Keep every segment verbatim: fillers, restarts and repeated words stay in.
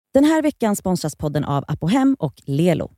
Den här veckan sponsras podden av Apohem och Lelo.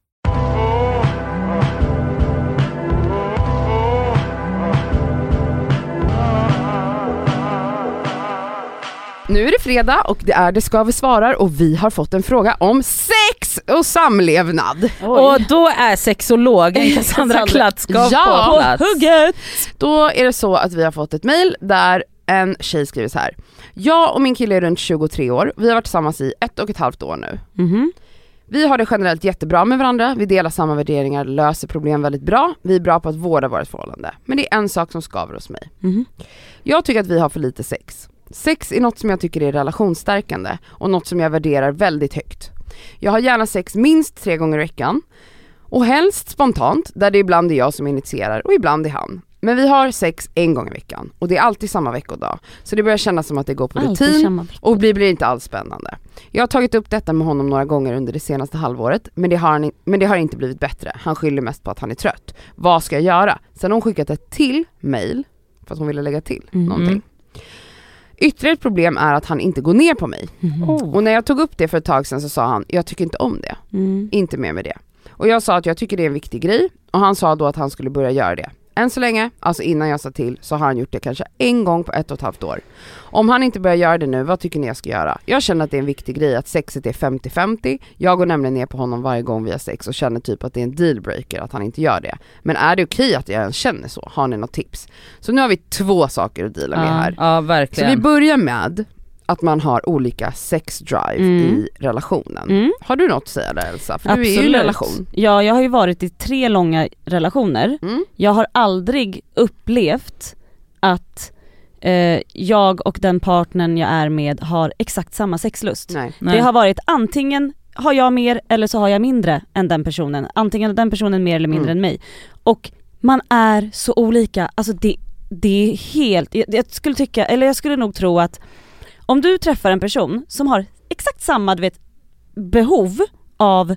Nu är det fredag och det är Det ska vi svarar och vi har fått en fråga om sex och samlevnad. Oj. Och då är sexologen Cassandra Klatskov ja, på plats. Hugget. Då är det så att vi har fått ett mejl där en tjej skriver så här: jag och min kille är runt tjugotre år. Vi har varit tillsammans i ett och ett halvt år nu. Mm-hmm. Vi har det generellt jättebra med varandra. Vi delar samma värderingar, löser problem väldigt bra. Vi är bra på att vårda vårt förhållande. Men det är en sak som skaver hos mig. Mm-hmm. Jag tycker att vi har för lite sex. Sex är något som jag tycker är relationsstärkande och något som jag värderar väldigt högt. Jag har gärna sex minst tre gånger i veckan och helst spontant, där det ibland är jag som initierar och ibland är han. Men vi har sex en gång i veckan och det är alltid samma veckodag. Så det börjar kännas som att det går på rutin och blir, blir inte alls spännande. Jag har tagit upp detta med honom några gånger under det senaste halvåret, men det har, han, men det har inte blivit bättre. Han skyller mest på att han är trött. Vad ska jag göra? Sen har hon skickat ett till mejl för att hon ville lägga till mm. någonting. Ytterligare ett problem är att han inte går ner på mig. Mm. Oh. Och när jag tog upp det för ett tag sedan så sa han, jag tycker inte om det. Mm. Inte med med det. Och jag sa att jag tycker det är en viktig grej. Och han sa då att han skulle börja göra det. Än så länge, alltså innan jag sa till, så har han gjort det kanske en gång på ett och ett halvt år. Om han inte börjar göra det nu, vad tycker ni jag ska göra? Jag känner att det är en viktig grej att sexet är femtio femtio. Jag går nämligen ner på honom varje gång vi har sex och känner typ att det är en dealbreaker att han inte gör det. Men är det okej att jag ens känner så? Har ni något tips? Så nu har vi två saker att deala med ja, här. Ja, verkligen. Så vi börjar med att man har olika sexdrive mm. i relationen. Mm. Har du något att säga där, Elsa? För Absolut. Du är ju i en relation. Ja, jag har ju varit i tre långa relationer. Mm. Jag har aldrig upplevt att eh, jag och den partnern jag är med har exakt samma sexlust. Nej. Det har varit antingen har jag mer eller så har jag mindre än den personen. Antingen är den personen mer eller mindre mm. än mig. Och man är så olika. Alltså det, det är helt... Jag, jag skulle tycka, eller jag skulle nog tro att om du träffar en person som har exakt samma, du vet, behov av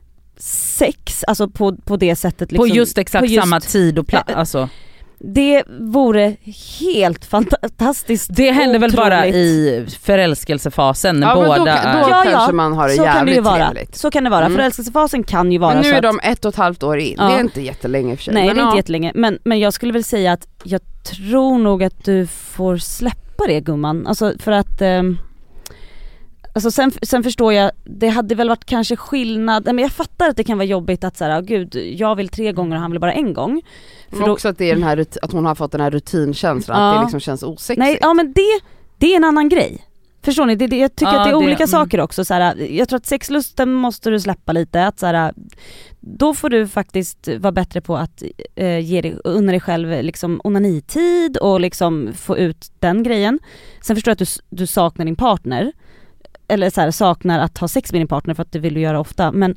sex, alltså på, på det sättet liksom, på just exakt på just, samma tid och plats, alltså. Det vore helt fantastiskt. Det händer väl bara i förälskelsefasen när ja, båda då, då är... kanske ja, man har det så jävligt kan det ju vara. trevligt. Så kan det vara. Mm. Förälskelsefasen kan ju vara. Men nu så är att, de ett och ett halvt år in. Ja. Det är inte jättelänge för sig. Nej, men det är ja. inte jättelänge. Men, men jag skulle väl säga att jag tror nog att du får släppa det, gumman. Alltså för att... Eh, Alltså sen, sen förstår jag, det hade väl varit kanske skillnad, men jag fattar att det kan vara jobbigt att såhär, oh, gud, jag vill tre gånger och han vill bara en gång. För men också då, att, det är den här, att hon har fått den här rutinkänslan, ja. Att det liksom känns osexigt. Nej, ja men det, det är en annan grej. Förstår ni? Det, det, jag tycker ja, att det är det, olika mm. saker också. Såhär, jag tror att sexlusten måste du släppa lite. Att såhär, då får du faktiskt vara bättre på att eh, ge dig, unna dig själv liksom, onanitid och liksom få ut den grejen. Sen förstår jag att du, du saknar din partner. Eller så här, saknar att ha sex med din partner för att du vill göra ofta. Men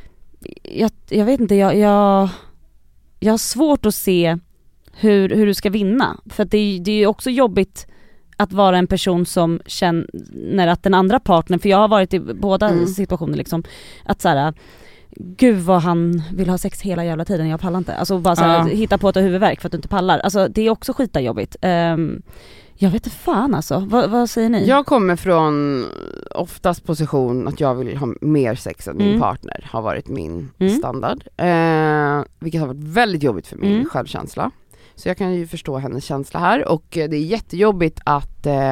jag, jag vet inte, jag, jag, jag har svårt att se hur, hur du ska vinna. För att det, det är ju också jobbigt att vara en person som känner att den andra partnern, för jag har varit i båda mm. situationer liksom, att så här, gud vad han vill ha sex hela jävla tiden, jag pallar inte. Alltså bara så här, ja. Hitta på att ha huvudvärk för att du inte pallar. Alltså det är också skitajobbigt. Um, Jag vet inte fan alltså. Va, vad säger ni? Jag kommer från oftast position att jag vill ha mer sex än min mm. partner. Har varit min mm. standard. Eh, vilket har varit väldigt jobbigt för min mm. självkänsla. Så jag kan ju förstå hennes känsla här. Och det är jättejobbigt att, eh,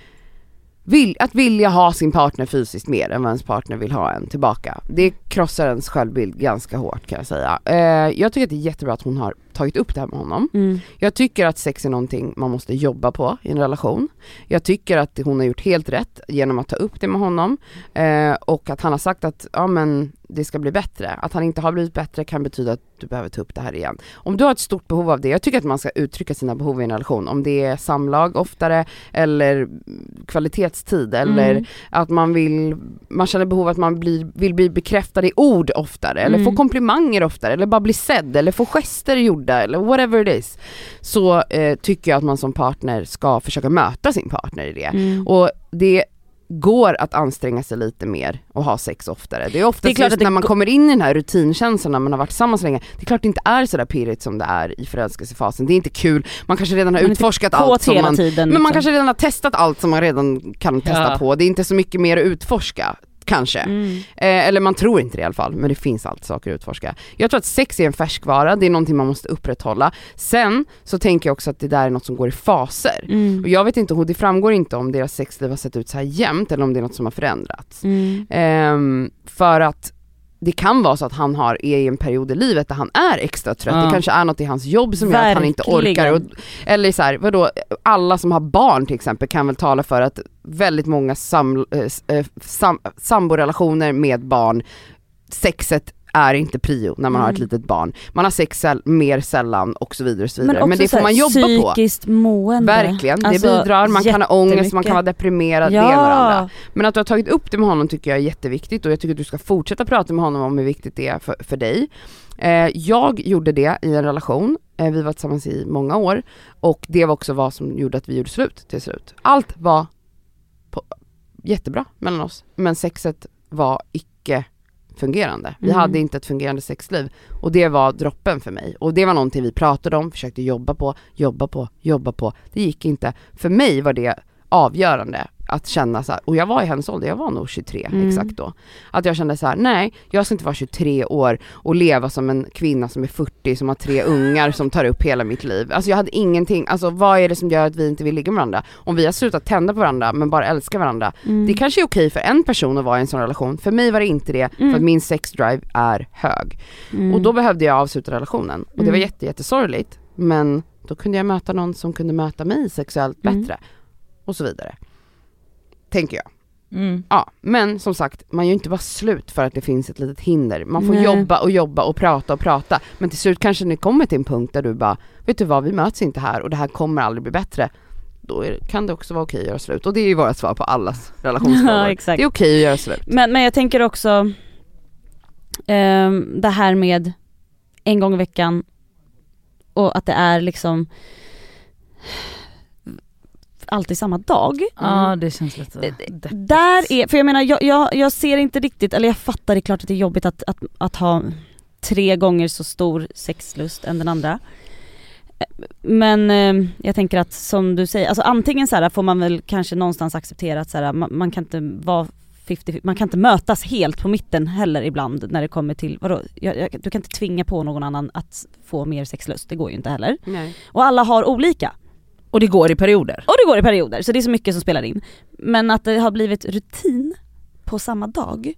vill, att vilja ha sin partner fysiskt mer än vad ens partner vill ha en tillbaka. Det krossar ens självbild ganska hårt, kan jag säga. Eh, jag tycker att det är jättebra att hon har tagit upp det här med honom. Mm. Jag tycker att sex är någonting man måste jobba på i en relation. Jag tycker att hon har gjort helt rätt genom att ta upp det med honom. Eh, och att han har sagt att ja, men det ska bli bättre. Att han inte har blivit bättre kan betyda att du behöver ta upp det här igen. Om du har ett stort behov av det, jag tycker att man ska uttrycka sina behov i en relation. Om det är samlag oftare eller kvalitetstid eller mm. att man vill, man känner behov att man blir, vill bli bekräftad i ord oftare eller mm. få komplimanger oftare eller bara bli sedd eller få gester gjorda eller whatever it is, så eh, tycker jag att man som partner ska försöka möta sin partner i det. Mm. Och det går att anstränga sig lite mer och ha sex oftare. Det är ofta just när man kommer in i den här rutinkänslan när man har varit tillsammans länge. Det är klart det inte är så där pirrigt som det är i förälskelsefasen. Det är inte kul. Man kanske redan har man utforskat allt som man... Tiden, men man liksom. kanske redan har testat allt som man redan kan testa ja. på. Det är inte så mycket mer att utforska. kanske. Mm. Eh, eller man tror inte det i alla fall, men det finns alltid saker att utforska. Jag tror att sex är en färskvara, det är någonting man måste upprätthålla. Sen så tänker jag också att det där är något som går i faser. Mm. Och jag vet inte, det framgår inte om deras sexliv har sett ut så här jämnt eller om det är något som har förändrats. Mm. Eh, för att det kan vara så att han har är i en period i livet där han är extra trött. Ja. Det kanske är något i hans jobb som gör att han inte orkar. Och, eller så här, vadå, alla som har barn till exempel kan väl tala för att väldigt många sam, äh, sam, samborelationer med barn, sexet är inte prio när man mm. har ett litet barn. Man har sex säll- mer sällan och så vidare och så vidare. Men, Men det får man jobba psykiskt på. Psykiskt mående. Verkligen, det alltså, bidrar. Man kan ha ångest, man kan vara deprimerad, ja. det ena och andra. Men att du har tagit upp det med honom tycker jag är jätteviktigt och jag tycker att du ska fortsätta prata med honom om hur viktigt det är för, för dig. Eh, jag gjorde det i en relation. Eh, vi var tillsammans i många år och det var också vad som gjorde att vi gjorde slut till slut. Allt var på, jättebra mellan oss, men sexet var icke fungerande. Vi mm. hade inte ett fungerande sexliv och det var droppen för mig. Och det var någonting vi pratade om, försökte jobba på, jobba på, jobba på. Det gick inte. För mig var det avgörande att känna så här, och jag var i hennes ålder, jag var nog tjugotre mm. exakt då. Att jag kände så här, nej, jag ska inte vara tjugotre år och leva som en kvinna som är fyrtio, som har tre ungar som tar upp hela mitt liv. Alltså jag hade ingenting, alltså vad är det som gör att vi inte vill ligga med varandra? Om vi har slutat tända på varandra men bara älskar varandra. Mm. Det kanske är okej för en person att vara i en sån relation. För mig var det inte det, mm. för att min sexdrive är hög. Mm. Och då behövde jag avsluta relationen. Och det var jätte, jättesorgligt. Men då kunde jag möta någon som kunde möta mig sexuellt bättre. Mm. Och så vidare. Tänker jag. Mm. Ja, men som sagt, man gör inte bara slut för att det finns ett litet hinder. Man får Nej. jobba och jobba och prata och prata. Men till slut kanske ni kommer till en punkt där du bara, vet du vad, vi möts inte här och det här kommer aldrig bli bättre. Då är, kan det också vara okej att göra slut. Och det är ju våra svar på allas relationsfrågor. Ja, exakt. Det är okej att göra slut. Men, men jag tänker också um, det här med en gång i veckan och att det är liksom alltid samma dag. Ja, det känns lite deppigt. Där är, för jag menar, jag, jag, jag ser inte riktigt, eller jag fattar det klart att det är jobbigt att, att, att ha tre gånger så stor sexlust än den andra. Men eh, jag tänker att som du säger, alltså antingen så här får man väl kanske någonstans acceptera att så här, man, man kan inte vara femtio, man kan inte mötas helt på mitten heller ibland när det kommer till, vadå, jag, jag, du kan inte tvinga på någon annan att få mer sexlust, det går ju inte heller. Nej. Och alla har olika. Och det går i perioder. Och det går i perioder, så det är så mycket som spelar in. Men att det har blivit rutin på samma dag,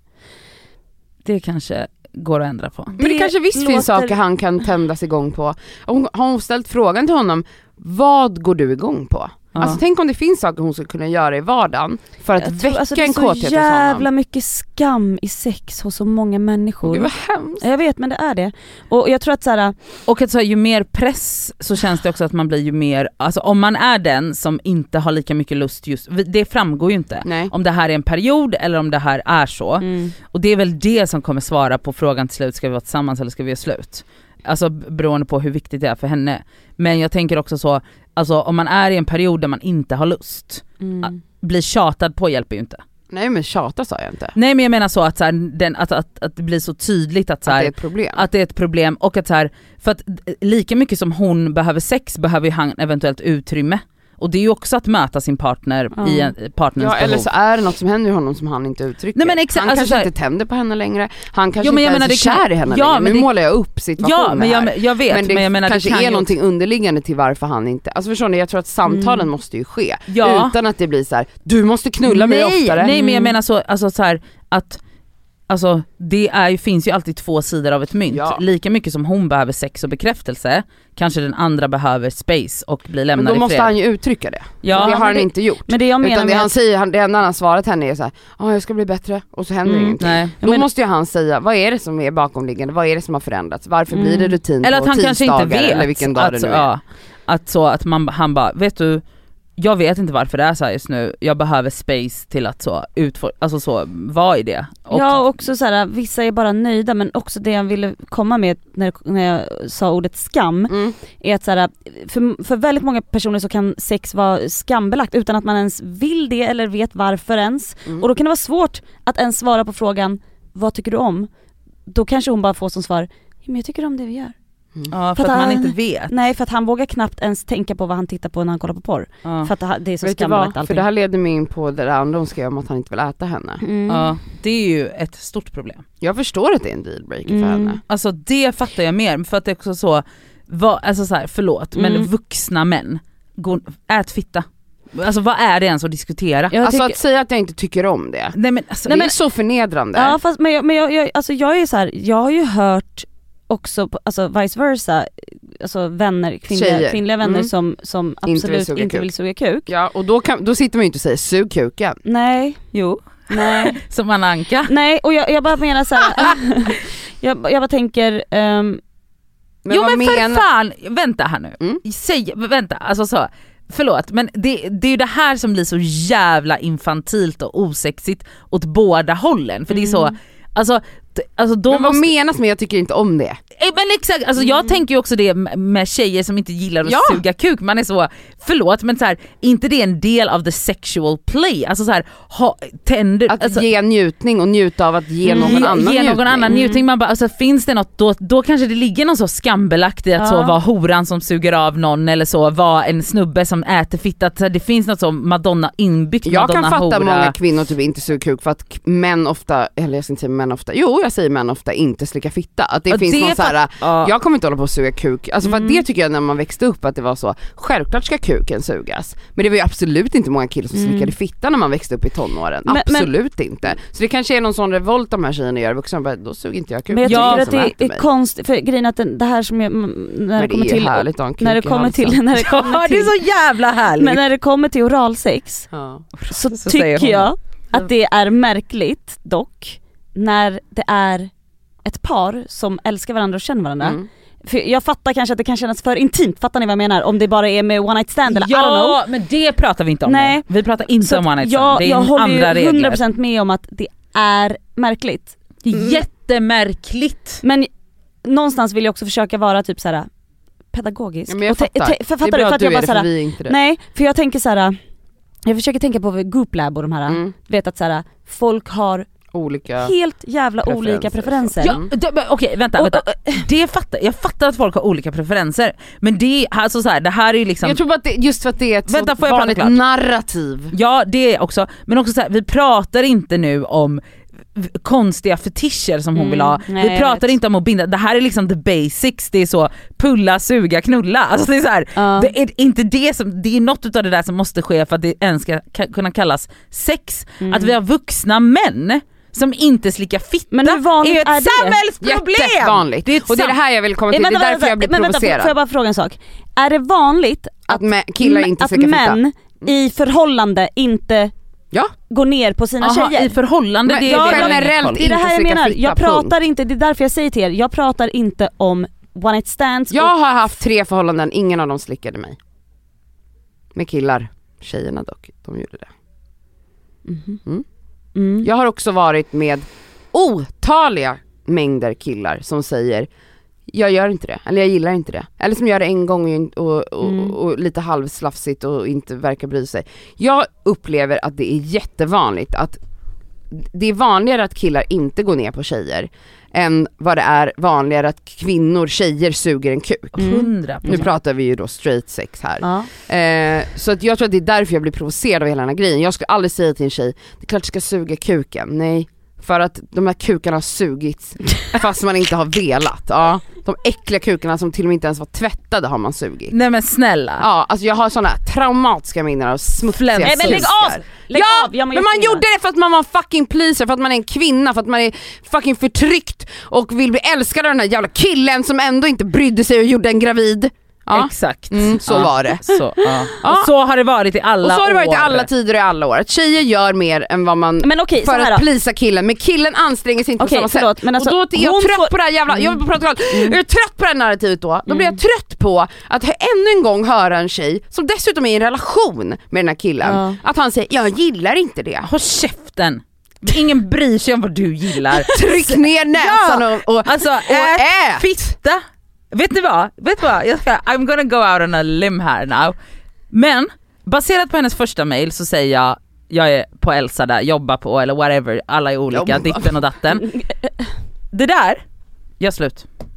det kanske går att ändra på. Men det, det kanske visst låter... finns saker han kan tändas igång på. Har hon ställt frågan till honom, vad går du igång på? Ja. Alltså tänk om det finns saker hon skulle kunna göra i vardagen för att tror, väcka alltså, en kåthet hos honom. Det är så jävla mycket skam i sex hos så många människor. Det var hemskt. Jag vet, men det är det. Och jag tror att så här, och att så här, ju mer press så känns det också att man blir ju mer, alltså om man är den som inte har lika mycket lust just, det framgår ju inte. Nej. Om det här är en period eller om det här är så. Mm. Och det är väl det som kommer svara på frågan till slut, ska vi vara tillsammans eller ska vi göra slut? Alltså beroende på hur viktigt det är för henne. Men jag tänker också så, alltså om man är i en period där man inte har lust, mm. bli tjatad på hjälper ju inte. Nej, men tjata sa jag inte. Nej, men jag menar så att, så här, den, att, att, att det blir så tydligt att, så här, att det är ett problem. Att det är ett problem och att så här, för att lika mycket som hon behöver sex behöver ju han eventuellt utrymme. Och det är ju också att möta sin partner ja. i en partners ja, behov. Eller så är det något som händer i honom som han inte uttrycker. Nej, men exa- han alltså, kanske här, inte tänder på henne längre. Han kanske jo, men inte jag ens menar, är kär kan, i henne ja, längre. Nu det, målar jag upp situationen ja, men jag, här. jag vet, men det men jag menar, kanske det kan är någonting underliggande till varför han inte... Alltså förstår ni, jag tror att samtalen mm. måste ju ske. Ja. Utan att det blir så här: du måste knulla nej, mig oftare. Nej, men jag menar så, alltså så här, att... Alltså det är, finns ju alltid två sidor av ett mynt. Ja. Lika mycket som hon behöver sex och bekräftelse, kanske den andra behöver space och bli lämnad i fred. Men då måste han ju uttrycka det. Ja, det har han det, inte gjort. Men det jag menar Utan det med... han säger, det enda han har svarat henne är så här: ja, jag ska bli bättre, och så händer mm, ingenting. Nej. Då men... måste ju han säga, vad är det som är bakomliggande? Vad är det som har förändrats? Varför mm. blir det rutin eller på att han kanske inte vet eller vilken dag att, det nu är? Ja, att så att man, han bara, vet du, jag vet inte varför det är så här just nu. Jag behöver space till att så utfor- alltså så vara i det. Och ja, också så här, vissa är bara nöjda, men också det jag ville komma med när, när jag sa ordet skam mm. är att så här, för, för väldigt många personer så kan sex vara skambelagt utan att man ens vill det eller vet varför ens. Mm. Och då kan det vara svårt att ens svara på frågan, vad tycker du om? Då kanske hon bara får som svar, men jag tycker om det vi gör. Mm. Ja, för, för att, att man han, inte vet. Nej, för att han vågar knappt ens tänka på vad han tittar på när han kollar på porr. Ja. För att det är så Vet skamligt allting. För det här leder mig in på det där andra hon skrev om att han inte vill äta henne. Mm. Ja, det är ju ett stort problem. Jag förstår att det är en dealbreaker mm. för henne. Alltså det fattar jag mer, för att det är också så, vad, alltså så här, förlåt, mm. men vuxna män, gå, ät fitta. Alltså vad är det ens att diskutera? Jag alltså tycker... att säga att jag inte tycker om det. Nej men alltså, det nej, är men... så förnedrande. Ja fast men jag, men jag, jag, alltså jag är så här, jag har ju hört också, alltså vice versa, alltså vänner, kvinnliga, kvinnliga vänner mm. som, som absolut inte, inte vill suga kuk. Ja, och då, kan, då sitter man ju inte och säger sug kuken. Nej, jo. Nej. Som Anna Anka. Nej, och jag, jag bara menar så här. jag, jag bara tänker um... men jo men för menar... fan, vänta här nu. Mm. Säg, vänta, alltså så förlåt, men det, det är ju det här som blir så jävla infantilt och osexigt åt båda hållen. För mm. det är så, alltså, alltså då men vad måste... menas med jag tycker inte om det? Men exakt, alltså jag mm. tänker ju också det med tjejer som inte gillar att ja. suga kuk. Man är så, förlåt men så här, inte det är en del av the sexual play. Alltså så här, ha, tänder, att alltså, ge njutning och njuta av att ge någon ge, annan ge någon njutning. annan njutning. Man bara, alltså finns det något, då, då kanske det ligger någon så skambelagt i att ja. så vara horan som suger av någon, eller så vara en snubbe som äter fitta. Att det finns något som Madonna inbyggt. Jag Madonna kan fatta hora. Många kvinnor typ inte suger kuk för att män ofta, eller jag ska inte säga män ofta, jo jag säger män ofta inte slickar fitta. Att det och finns det någon så här, ja. jag kommer inte hålla på att suga kuk. Alltså för mm. det tycker jag när man växte upp att det var så, självklart ska kuken sugas. Men det var ju absolut inte många killar som mm. slickade fitta när man växte upp i tonåren. Men, absolut men, inte. Så det kanske är någon sån revolt de här tjejerna gör. Vuxna bara, då suger inte jag kuk. Men jag tycker att det är konstigt, för grejen att det här som jag, när det, det kommer till när det kommer till när det kommer till, det är så jävla härligt. Men när det kommer till oralsex ja. så, så tycker jag att det är märkligt dock när det är ett par som älskar varandra och känner varandra. Mm. För jag fattar kanske att det kan kännas för intimt, fattar ni vad jag menar? Om det bara är med one night stand eller ja, I don't know. Men det pratar vi inte om. Nej. Vi pratar inte om one night stand. Jag, det är jag håller andra ju hundra procent med om att det är märkligt. Det är mm. jättemärkligt. Men någonstans vill jag också försöka vara typ såhär pedagogisk. Ja, men jag fattar. Te- te- för, fattar det är bra du? För att du jag är bara, det, såhär, för vi är inte det. Nej, för jag tänker såhär, jag försöker tänka på Goop Lab och de här, mm. vet att såhär, folk har olika helt jävla preferenser. olika preferenser. Ja, okej, okay, vänta, vänta. Det fattar, jag fattar att folk har olika preferenser. Men det, alltså så här, det här är ju liksom... Jag tror bara att det, just för att det är ett vänta, så vanligt narrativ. Ja, det är också. Men också så här, vi pratar inte nu om konstiga fetischer som hon mm, vill ha. Nej, vi pratar inte om att binda. Det här är liksom the basics. Det är så pulla, suga, knulla. Alltså det är så här, uh. det är inte det som, det är något utav det där som måste ske för att det ens ska kunna kallas sex. Mm. Att vi har vuxna män som inte slickar fitta. Men hur vanligt är ett är samhällsproblem. Jättevanligt. Det är ett och det är det här jag vill komma till. Men, det är vänta, därför jag blir men, provocerad. Vänta, får jag bara fråga en sak? Är det vanligt att, att killar inte att slickar fitta? Män i förhållande inte ja. går ner på sina Aha, tjejer? I förhållande? Men, det ja, är generellt det, det här jag menar. Fitta, jag pratar inte, det är därför jag säger till er, jag pratar inte om one night stands. Jag och... har haft tre förhållanden, ingen av dem slickade mig. Med killar. Tjejerna dock, de gjorde det. Mm. Mm. Mm. Jag har också varit med otaliga mängder killar som säger jag gör inte det, eller jag gillar inte det. Eller som gör det en gång och, och, mm. och, och lite halvslafsigt och inte verkar bry sig. Jag upplever att det är jättevanligt att det är vanligare att killar inte går ner på tjejer än vad det är vanligare att kvinnor, tjejer suger en kuk. hundra procent. Nu pratar vi ju då straight sex här. Ja. Eh, så att jag tror att det är därför jag blir provocerad av hela den här grejen. Jag skulle aldrig säga till en tjej, det är klart du ska suga kuken. Nej. För att de här kukarna har sugits fast man inte har velat. Ja, de äckliga kukarna som till och med inte ens var tvättade har man sugit. Nej men snälla. Ja, alltså jag har såna traumatiska minnen av smutsiga Nej men lägg av! Lägg ja, av. Ja, men, men man gjorde det för att man var en fucking pleaser, för att man är en kvinna, för att man är fucking förtryckt och vill bli älskad av den här jävla killen som ändå inte brydde sig och gjorde en gravid. Ja. Exakt. Mm, så ja. var det. Så, ja. Och så har det varit i alla år. Och så har det varit år. i alla tider och i alla år. Att tjejer gör mer än vad man men okej, för att plisa killen. Men killen anstränger sig inte okej, på samma förlåt, sätt. Men alltså, och då är jag trött får... på det här jävla... Jag, vill prata mm. jag är trött på det här narrativet då. Då mm. blir jag trött på att ännu en gång höra en tjej som dessutom är i en relation med den här killen. Ja. Att han säger, jag gillar inte det. Håll käften. Ingen bryr sig om vad du gillar. Tryck ner näsan ja. och, och, alltså, och ät, ät fitta. Vet ni vad? Vet ni vad? Jag ska, I'm gonna go out on a limb här now. Men baserat på hennes första mail så säger jag, jag är på Elsa där, jobbar på eller whatever, alla är olika, ditten och datten. Det där, gör slut.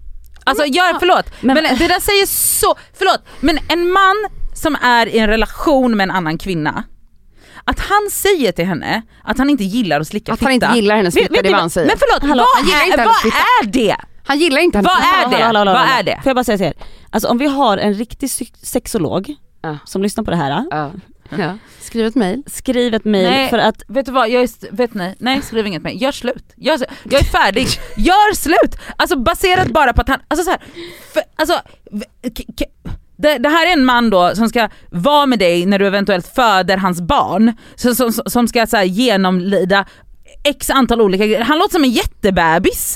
Alltså jag, förlåt, men, men det där säger så, förlåt, men en man som är i en relation med en annan kvinna, att han säger till henne att han inte gillar att slicka att fitta. Att han inte gillar hennes fitta, det är vad han säger. Men förlåt, Hallå, vad, är, vad är det? Han gillar inte hennes Vad är det? Hallå, hallå, hallå, vad hallå. är det? Får jag bara säga till er, alltså om vi har en riktig sexolog ja. som lyssnar på det här. Ja. Ja. Skriv ett mejl. Skriv ett mejl för att... Vet du vad, jag är, vet ni, nej skriv inget mejl, gör slut. Jag, jag är färdig, gör slut! Alltså baserat bara på att han, alltså så här, för, alltså, k- k- det, det här är en man då som ska vara med dig när du eventuellt föder hans barn, som, som, som ska så här, genomlida x antal olika grejer. Han låter som en jättebebis.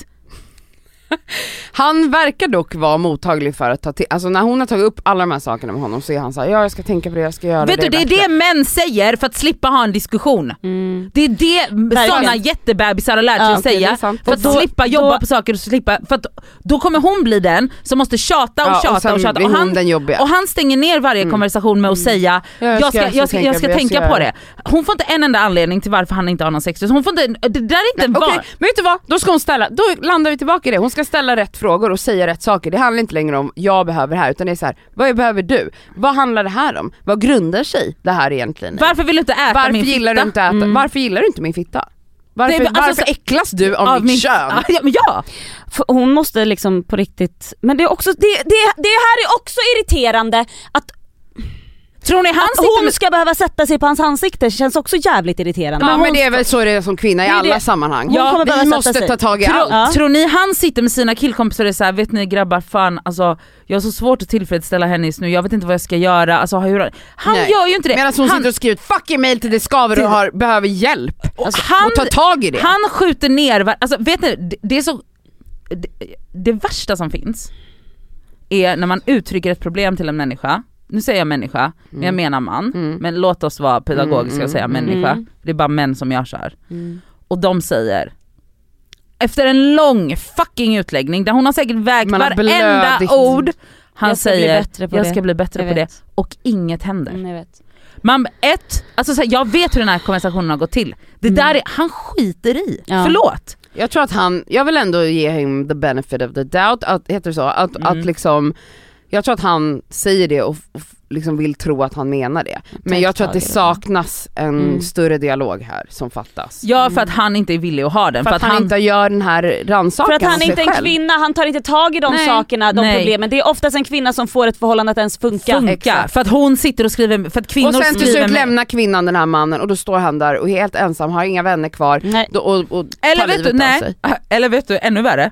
Han verkar dock vara mottaglig för att ta till, alltså när hon har tagit upp alla de här sakerna med honom så är han så här, ja jag ska tänka på det, jag ska göra Vet det. Vet du, det är det män säger för att slippa ha en diskussion. Mm. Det är det sådana jättebebisar har lärt sig ja, okay, säga för att då, slippa jobba då, på saker och slippa, för att då kommer hon bli den som måste tjata och ja, tjata och, och tjata och han, och han stänger ner varje mm. konversation med att säga ja, jag, ska, jag, ska, jag, ska, jag ska, jag ska tänka jag på det. Hon får inte en enda anledning till varför han inte har någon sex. Hon får inte, det där är inte en okay. barn. Men vet du vad, då ska hon ställa, då landar vi tillbaka i det. Hon ska ställa rätt frågor och säga rätt saker. Det handlar inte längre om jag behöver det här, utan det är så här, vad behöver du? Vad handlar det här om? Vad grundar sig det här egentligen? Varför vill du inte äta varför min gillar fitta? Du inte äta? Mm. Varför gillar du inte min fitta? Varför, Nej, alltså, varför äcklas du av, av mitt min kön? Ja, men ja. För hon måste liksom på riktigt, men det är också det, det, det här är också irriterande att Tror ni han att hon med... ska behöva sätta sig på hans ansikte känns också jävligt irriterande. Ja, men, men det är väl så det är som kvinna i alla det. sammanhang. Ja, vi måste ta tag i Tro, allt. ja. Tror ni han sitter med sina killkompisar och är så här, vet ni grabbar, fan alltså jag har så svårt att tillfredsställa henne just nu, jag vet inte vad jag ska göra, alltså hur... han Nej. gör ju inte det. Medan hon han... sitter och skriver fuck e-mail till det skaver och har, behöver hjälp alltså, han, och ta tag i det. Han skjuter ner, alltså vet ni, det, det är så det, det värsta som finns är när man uttrycker ett problem till en människa. Nu säger jag människa, mm. men jag menar man. Mm. Men låt oss vara pedagogiska och säga mm. människa. Mm. Det är bara män som gör så här. Mm. Och de säger, efter en lång fucking utläggning där hon har säkert vägt varenda ord, han jag säger jag ska bli bättre jag på vet. det. Och inget händer. Mm, jag vet. Man, ett, alltså så här, jag vet hur den här konversationen har gått till. Det mm. där är, han skiter i. Ja. Förlåt. Jag tror att han, jag vill ändå ge him the benefit of the doubt, att, heter det så? Att, mm. att liksom, jag tror att han säger det och, och liksom vill tro att han menar det. Men jag tror att det saknas en mm. större dialog här som fattas. Ja, för att han inte är villig att ha den. För, för att, att han inte gör den här rannsakan. För att han inte är en kvinna, han tar inte tag i de Nej. sakerna, de Nej. problemen. Det är oftast en kvinna som får ett förhållande att ens funka. Funka, för att hon sitter och skriver, för att kvinnor skriver. Och sen till slut lämnar kvinnan den här mannen och då står han där och är helt ensam, har inga vänner kvar. Då, och, och eller, vet du, nej. eller vet du, ännu värre.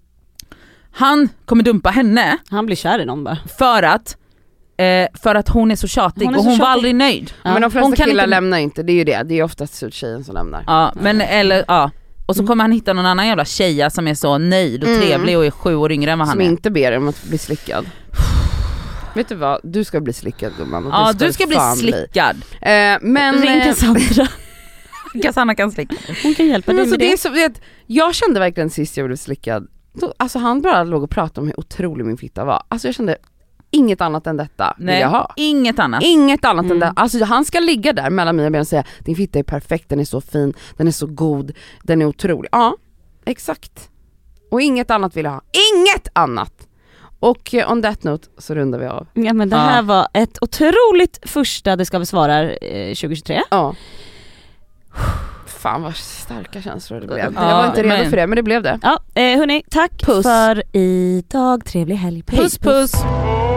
Han kommer dumpa henne. Han blir kär i någon bara. För att eh, för att hon är så tjatig hon är och hon tjatig. var aldrig nöjd. Ja. Men de flesta hon killar inte... lämnar inte, det är ju det. Det är oftast tjejen som lämnar. Ja, men eller ja. Och så kommer han hitta någon annan jävla tjeja som är så nöjd och mm. trevlig och är sju år yngre än vad han som är. Som inte ber om att bli slickad. Vet du vad? Du ska bli slickad, gumman. Och ja, ska du ska bli slickad. Bli. Eh, men ring Cassandra. Cassandra kan slicka. Hon kan hjälpa dig alltså, med det. det är så, vet, jag kände verkligen sist jag blev slickad. Då, alltså han bara låg och pratade om hur otrolig min fitta var. Alltså jag kände inget annat än detta. Nej, vill jag ha. Inget annat. Inget annat mm. än det. Alltså han ska ligga där mellan mina ben och säga din fitta är perfekt, den är så fin, den är så god, den är otrolig. Ja, exakt. Och inget annat vill jag ha. Inget annat! Och on that note så rundar vi av. Ja, men det här ja. var ett otroligt första Det ska vi svara eh, tjugohundratjugotre. Ja. Fan vad starka känslor det blev. Ja, jag var inte redo men... för det, men det blev det. Ja, eh, hörni, tack puss. för idag. Trevlig helg. Puss, puss. puss.